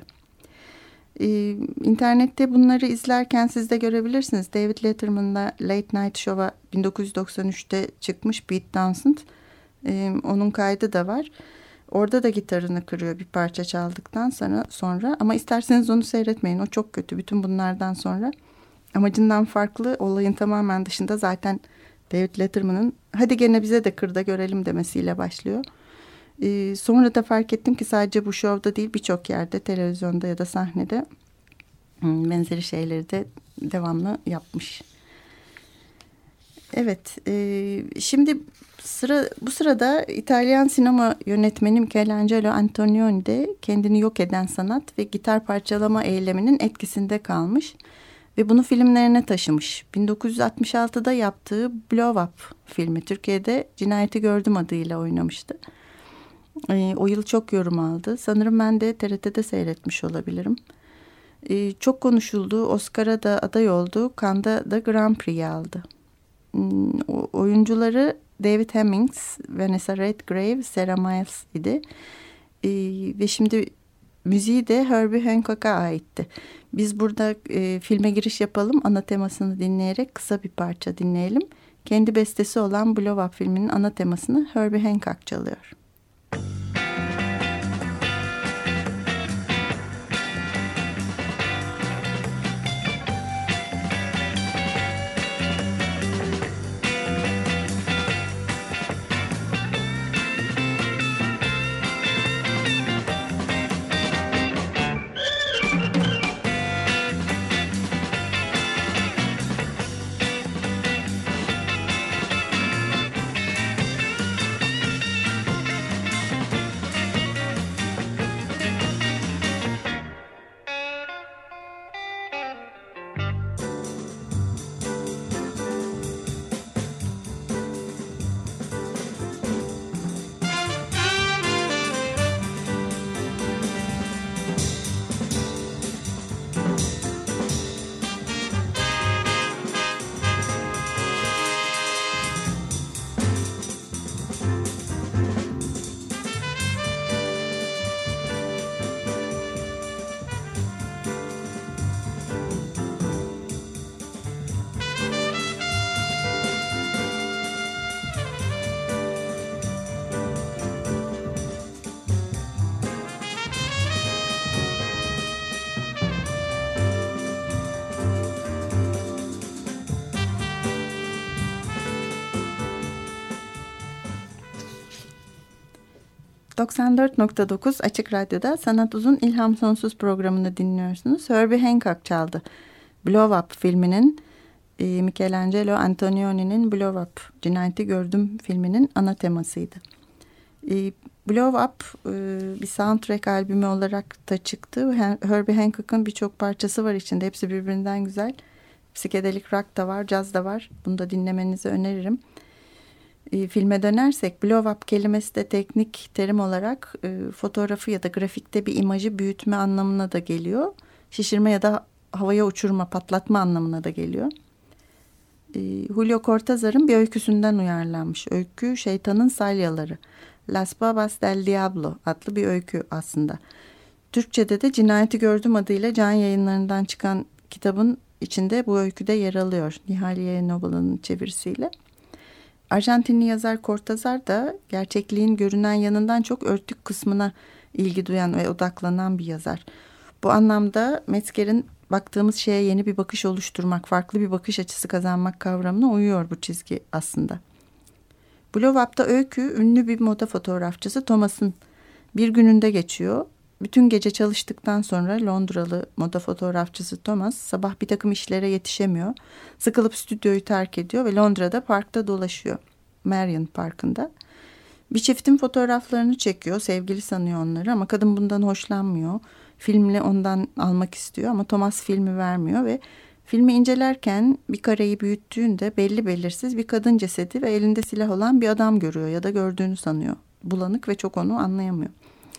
Ee, internette bunları izlerken siz de görebilirsiniz. David Letterman'la Late Night Show'a bin dokuz yüz doksan üçte çıkmış Pete Townshend. Ee, onun kaydı da var. Orada da gitarını kırıyor bir parça çaldıktan sonra, sonra ama isterseniz onu seyretmeyin. O çok kötü bütün bunlardan sonra. Amacından farklı, olayın tamamen dışında zaten David Letterman'ın hadi gene bize de kır da görelim demesiyle başlıyor. Ee, sonra da fark ettim ki sadece bu şovda değil birçok yerde, televizyonda ya da sahnede benzeri şeyleri de devamlı yapmış. Evet, e, şimdi sıra bu sırada İtalyan sinema yönetmeni Michelangelo Antonioni de kendini yok eden sanat ve gitar parçalama eyleminin etkisinde kalmış ve bunu filmlerine taşımış. bin dokuz yüz altmış altıda yaptığı Blow Up filmi Türkiye'de Cinayeti Gördüm adıyla oynamıştı. E, o yıl çok yorum aldı. Sanırım ben de T R T'de seyretmiş olabilirim. E, çok konuşuldu. Oscar'a da aday oldu. Cannes'da da Grand Prix aldı. O, oyuncuları David Hemmings, Vanessa Redgrave, Sarah Miles idi. E, ve şimdi müziği de Herbie Hancock'a aitti. Biz burada e, filme giriş yapalım. Ana temasını dinleyerek kısa bir parça dinleyelim. Kendi bestesi olan Blow Up filminin ana temasını Herbie Hancock çalıyor. doksan dört nokta dokuz Açık Radyo'da Sanat Uzun İlham Sonsuz programını dinliyorsunuz. Herbie Hancock çaldı. Blow Up filminin, e, Michelangelo Antonioni'nin Blow Up, Cinayeti Gördüm filminin ana temasıydı. E, Blow Up e, bir soundtrack albümü olarak da çıktı. Herbie Hancock'ın birçok parçası var içinde. Hepsi birbirinden güzel. Psikedelik rock da var, caz da var. Bunu da dinlemenizi öneririm. E, filme dönersek, blow up kelimesi de teknik terim olarak e, fotoğrafı ya da grafikte bir imajı büyütme anlamına da geliyor. Şişirme ya da havaya uçurma, patlatma anlamına da geliyor. E, Julio Cortázar'ın bir öyküsünden uyarlanmış. Öykü Şeytanın Salyaları, Las Babas del Diablo adlı bir öykü aslında. Türkçe'de de Cinayeti Gördüm adıyla Can Yayınları'ndan çıkan kitabın içinde bu öyküde yer alıyor. Nihaliye Nobal'ın çevirisiyle. Arjantinli yazar Cortázar da gerçekliğin görünen yanından çok örtük kısmına ilgi duyan ve odaklanan bir yazar. Bu anlamda Metzger'in baktığımız şeye yeni bir bakış oluşturmak, farklı bir bakış açısı kazanmak kavramına uyuyor bu çizgi aslında. Blow Up'ta öykü ünlü bir moda fotoğrafçısı Thomas'ın bir gününde geçiyor. Bütün gece çalıştıktan sonra Londralı moda fotoğrafçısı Thomas sabah bir takım işlere yetişemiyor. Sıkılıp stüdyoyu terk ediyor ve Londra'da parkta dolaşıyor. Marion Parkı'nda. Bir çiftin fotoğraflarını çekiyor. Sevgili sanıyor onları ama kadın bundan hoşlanmıyor. Filmle ondan almak istiyor ama Thomas filmi vermiyor ve filmi incelerken bir kareyi büyüttüğünde belli belirsiz bir kadın cesedi ve elinde silah olan bir adam görüyor ya da gördüğünü sanıyor. Bulanık ve çok onu anlayamıyor.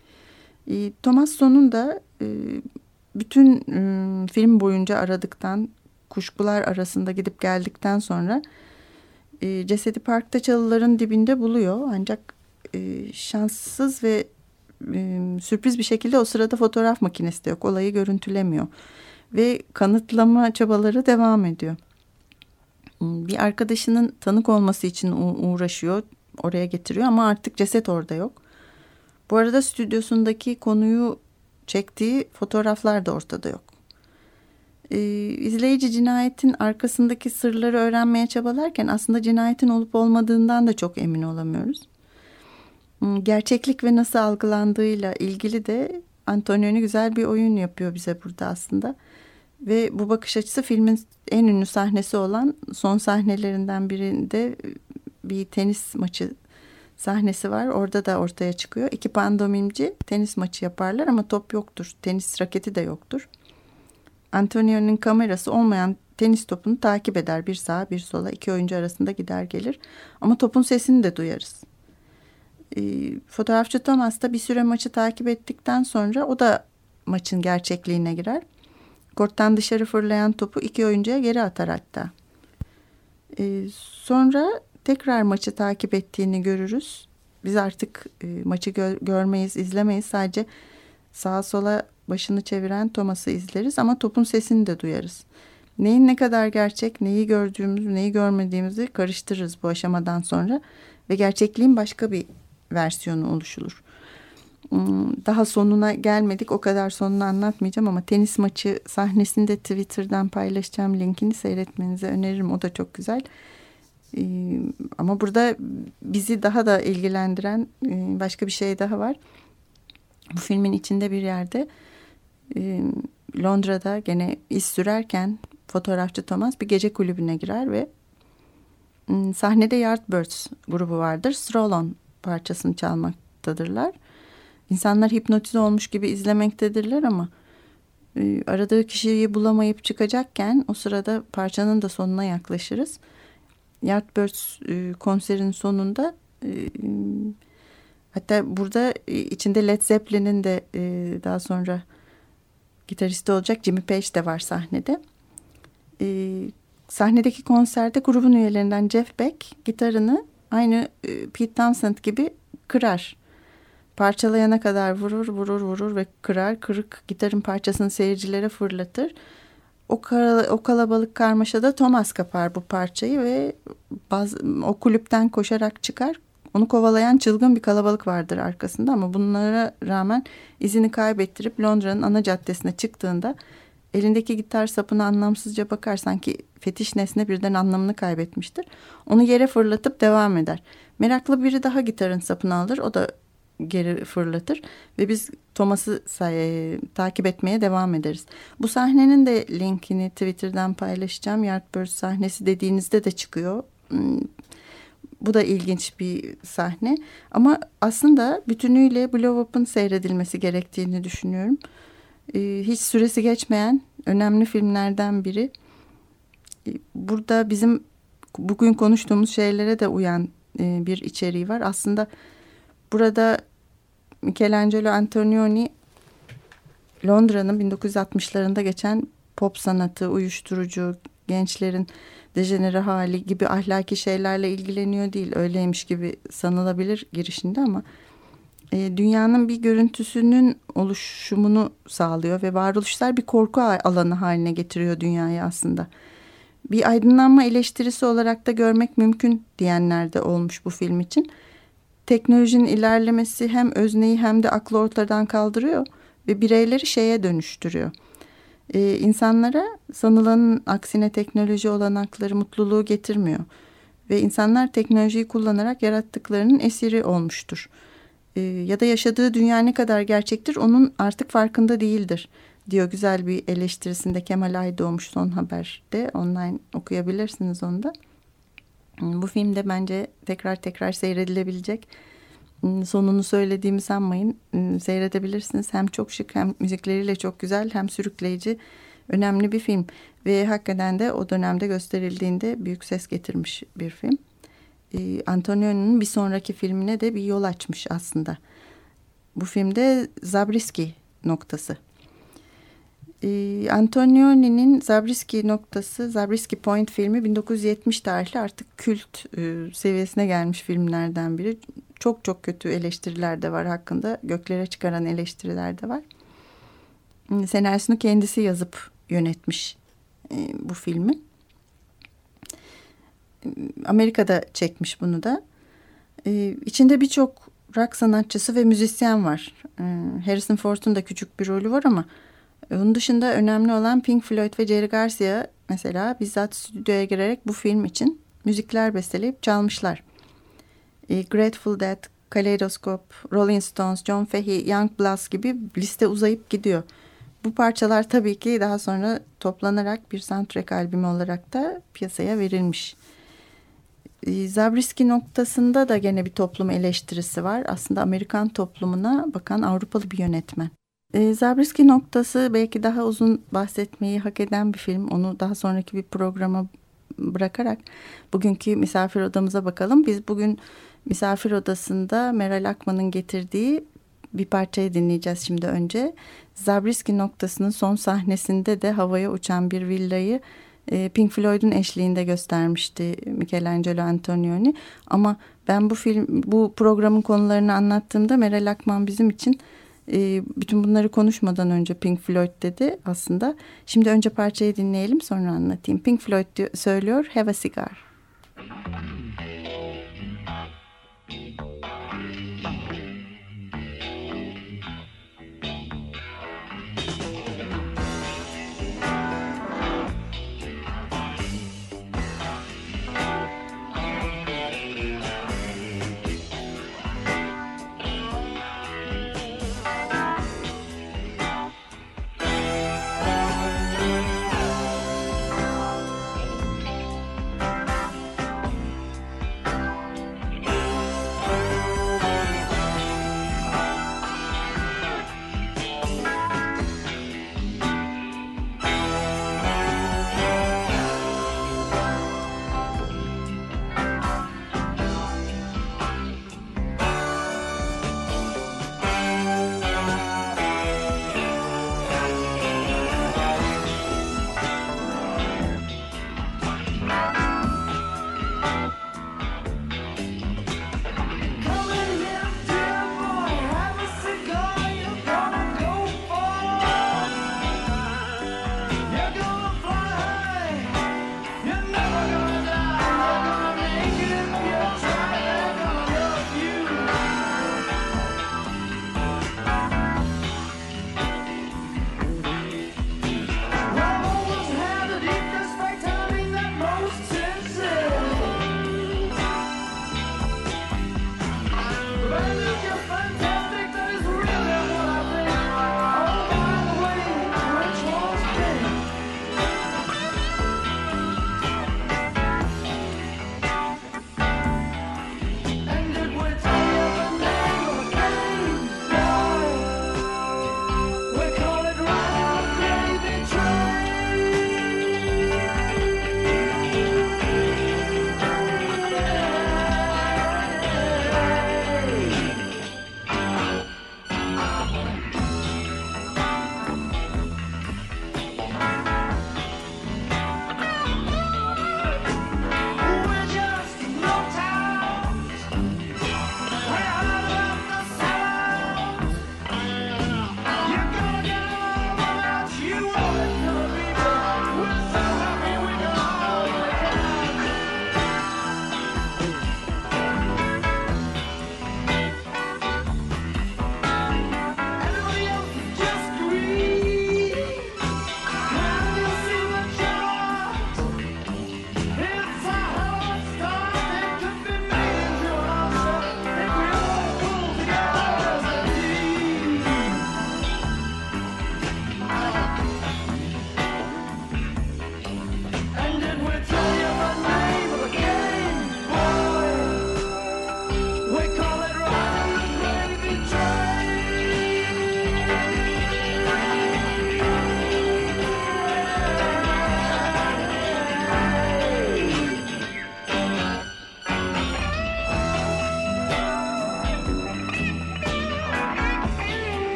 Thomas sonunda bütün film boyunca aradıktan, kuşkular arasında gidip geldikten sonra cesedi parkta çalıların dibinde buluyor. Ancak şanssız ve sürpriz bir şekilde o sırada fotoğraf makinesi de yok. Olayı görüntülemiyor. Ve kanıtlama çabaları devam ediyor. Bir arkadaşının tanık olması için uğraşıyor, oraya getiriyor ama artık ceset orada yok. Bu arada stüdyosundaki konuyu çektiği fotoğraflar da ortada yok. Ee, izleyici cinayetin arkasındaki sırları öğrenmeye çabalarken aslında cinayetin olup olmadığından da çok emin olamıyoruz. Gerçeklik ve nasıl algılandığıyla ilgili de Antonioni güzel bir oyun yapıyor bize burada aslında. Ve bu bakış açısı filmin en ünlü sahnesi olan son sahnelerinden birinde bir tenis maçı sahnesi var. Orada da ortaya çıkıyor. İki pandomimci tenis maçı yaparlar ama top yoktur. Tenis raketi de yoktur. Antonioni'nin kamerası olmayan tenis topunu takip eder. Bir sağa bir sola iki oyuncu arasında gider gelir. Ama topun sesini de duyarız. E, fotoğrafçı Thomas da bir süre maçı takip ettikten sonra o da maçın gerçekliğine girer. Korttan dışarı fırlayan topu iki oyuncuya geri atar hatta. E, sonra tekrar maçı takip ettiğini görürüz. Biz artık e, maçı gö- görmeyiz, izlemeyiz. Sadece sağa sola başını çeviren Thomas'ı izleriz ama topun sesini de duyarız. Neyin ne kadar gerçek, neyi gördüğümüzü, neyi görmediğimizi karıştırırız bu aşamadan sonra ve gerçekliğin başka bir versiyonu oluşulur. Daha sonuna gelmedik, o kadar sonunu anlatmayacağım ama tenis maçı sahnesini de Twitter'dan paylaşacağım, linkini seyretmenizi öneririm. O da çok güzel. Ee, ama burada bizi daha da ilgilendiren e, başka bir şey daha var. Bu filmin içinde bir yerde e, Londra'da gene iz sürerken fotoğrafçı Thomas bir gece kulübüne girer ve e, sahnede Yardbirds grubu vardır. Stroll On parçasını çalmaktadırlar. İnsanlar hipnotize olmuş gibi izlemektedirler ama e, aradığı kişiyi bulamayıp çıkacakken o sırada parçanın da sonuna yaklaşırız. Yardbirds e, konserinin sonunda e, hatta burada e, içinde Led Zeppelin'in de e, daha sonra gitaristi olacak Jimmy Page de var sahnede. E, sahnedeki konserde grubun üyelerinden Jeff Beck gitarını aynı e, Pete Townshend gibi kırar. Parçalayana kadar vurur vurur vurur ve kırar. Kırık gitarın parçasını seyircilere fırlatır. O, kara, o kalabalık karmaşada Thomas kapar bu parçayı ve baz, o kulüpten koşarak çıkar. Onu kovalayan çılgın bir kalabalık vardır arkasında ama bunlara rağmen izini kaybettirip Londra'nın ana caddesine çıktığında elindeki gitar sapına anlamsızca bakar, sanki fetiş nesne birden anlamını kaybetmiştir. Onu yere fırlatıp devam eder. Meraklı biri daha gitarın sapını alır. O da geri fırlatır ve biz Thomas'ı e, takip etmeye devam ederiz. Bu sahnenin de linkini Twitter'dan paylaşacağım. Yardbirds sahnesi dediğinizde de çıkıyor. Bu da ilginç bir sahne. Ama aslında bütünüyle Blow Up'ın seyredilmesi gerektiğini düşünüyorum. E, hiç süresi geçmeyen önemli filmlerden biri. E, burada bizim bugün konuştuğumuz şeylere de uyan e, bir içeriği var. Aslında burada Michelangelo Antonioni Londra'nın bin dokuz yüz altmışlarında geçen pop sanatı, uyuşturucu, gençlerin dejenere hali gibi ahlaki şeylerle ilgileniyor değil. Öyleymiş gibi sanılabilir girişinde ama e, dünyanın bir görüntüsünün oluşumunu sağlıyor ve varoluşsal bir korku alanı haline getiriyor dünyayı aslında. Bir aydınlanma eleştirisi olarak da görmek mümkün diyenler de olmuş bu film için. Teknolojinin ilerlemesi hem özneyi hem de aklı ortadan kaldırıyor ve bireyleri şeye dönüştürüyor. Ee, insanlara sanılanın aksine teknoloji olanakları mutluluğu getirmiyor. Ve insanlar teknolojiyi kullanarak yarattıklarının esiri olmuştur. Ee, ya da yaşadığı dünya ne kadar gerçektir onun artık farkında değildir diyor güzel bir eleştirisinde Kemal Aydoğmuş Son Haber'de. Online okuyabilirsiniz onu da. Bu film de bence tekrar tekrar seyredilebilecek. Sonunu söylediğimi sanmayın. Seyredebilirsiniz. Hem çok şık hem müzikleriyle çok güzel hem sürükleyici önemli bir film. Ve hakikaten de o dönemde gösterildiğinde büyük ses getirmiş bir film. Antonioni'nin bir sonraki filmine de bir yol açmış aslında. Bu filmde Zabriskie noktası. Ee, Antonioni'nin Zabriskie noktası, Zabriskie Point filmi bin dokuz yüz yetmiş tarihli artık kült e, seviyesine gelmiş filmlerden biri. Çok çok kötü eleştiriler de var hakkında. Göklere çıkaran eleştiriler de var. Senaryosunu kendisi yazıp yönetmiş e, bu filmi. Amerika'da çekmiş bunu da. E, içinde birçok rock sanatçısı ve müzisyen var. E, Harrison Ford'un da küçük bir rolü var ama onun dışında önemli olan Pink Floyd ve Jerry Garcia mesela bizzat stüdyoya girerek bu film için müzikler besteleyip çalmışlar. E, Grateful Dead, Kaleidoscope, Rolling Stones, John Fahey, Young Bloods gibi liste uzayıp gidiyor. Bu parçalar tabii ki daha sonra toplanarak bir soundtrack albümü olarak da piyasaya verilmiş. E, Zabriskie noktasında da gene bir toplum eleştirisi var. Aslında Amerikan toplumuna bakan Avrupalı bir yönetmen. E, Zabriskie noktası belki daha uzun bahsetmeyi hak eden bir film. Onu daha sonraki bir programa bırakarak bugünkü misafir odamıza bakalım. Biz bugün misafir odasında Meral Akman'ın getirdiği bir parçayı dinleyeceğiz şimdi önce. Zabriskie noktasının son sahnesinde de havaya uçan bir villayı e, Pink Floyd'un eşliğinde göstermişti Michelangelo Antonioni. Ama ben bu film, bu programın konularını anlattığımda Meral Akman bizim için e, bütün bunları konuşmadan önce Pink Floyd dedi aslında. Şimdi önce parçayı dinleyelim, sonra anlatayım. Pink Floyd diyor, söylüyor, Have a Cigar.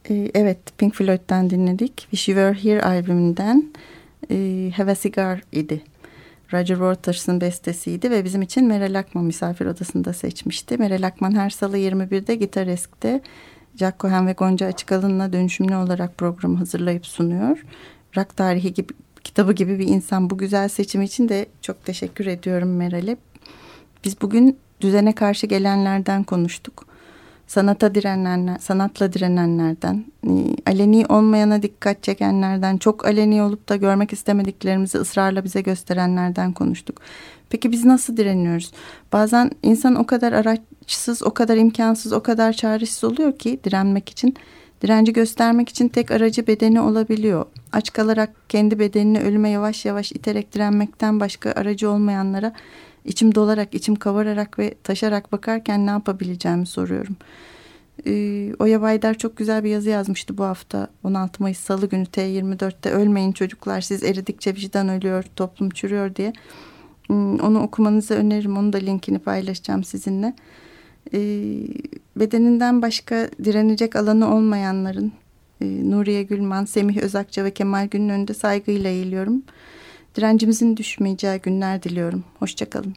Ee, evet, Pink Floyd'dan dinledik. Wish You Were Here albümünden e, Have a Cigar idi. Roger Waters'ın bestesiydi ve bizim için Meral Akman misafir odasında seçmişti. Meral Akman her salı yirmi birde Gitar Esk'te Jack Cohen ve Gonca Açıkalın'la dönüşümlü olarak programı hazırlayıp sunuyor. Rock tarihi gibi, kitabı gibi bir insan. Bu güzel seçim için de çok teşekkür ediyorum Meral'e. Biz bugün düzene karşı gelenlerden konuştuk. Sanata direnenler, sanatla direnenlerden, aleni olmayana dikkat çekenlerden, çok aleni olup da görmek istemediklerimizi ısrarla bize gösterenlerden konuştuk. Peki biz nasıl direniyoruz? Bazen insan o kadar araçsız, o kadar imkansız, o kadar çaresiz oluyor ki direnmek için. Direnci göstermek için tek aracı bedeni olabiliyor. Aç kalarak kendi bedenini ölüme yavaş yavaş iterek direnmekten başka aracı olmayanlara İçim dolarak, içim kavararak ve taşarak bakarken ne yapabileceğimi soruyorum. Ee, Oya Baydar çok güzel bir yazı yazmıştı bu hafta. on altı Mayıs Salı günü T yirmi dörtte ölmeyin çocuklar, siz eridikçe vicdan ölüyor, toplum çürüyor diye. Hmm, onu okumanızı öneririm. Onu da linkini paylaşacağım sizinle. Ee, bedeninden başka direnecek alanı olmayanların e, Nuriye Gülman, Semih Özakça ve Kemal Gün'ün önünde saygıyla eğiliyorum. Direncimizin düşmeyeceği günler diliyorum. Hoşça kalın.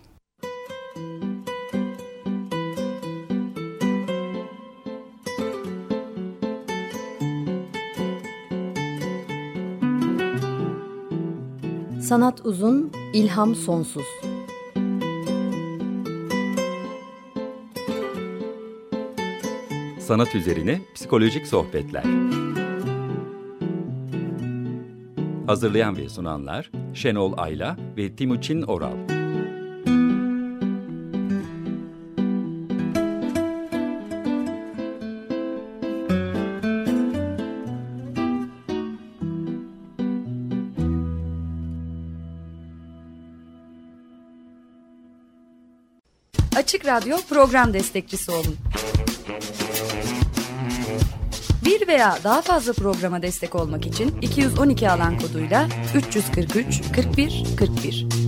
Sanat uzun, ilham sonsuz. Sanat üzerine psikolojik sohbetler. Hazırlayan ve sunanlar Şenol Ayla ve Timuçin Oral. Açık Radyo program destekçisi olun. Bir veya daha fazla programa destek olmak için iki yüz on iki alan koduyla üç yüz kırk üç kırk bir kırk bir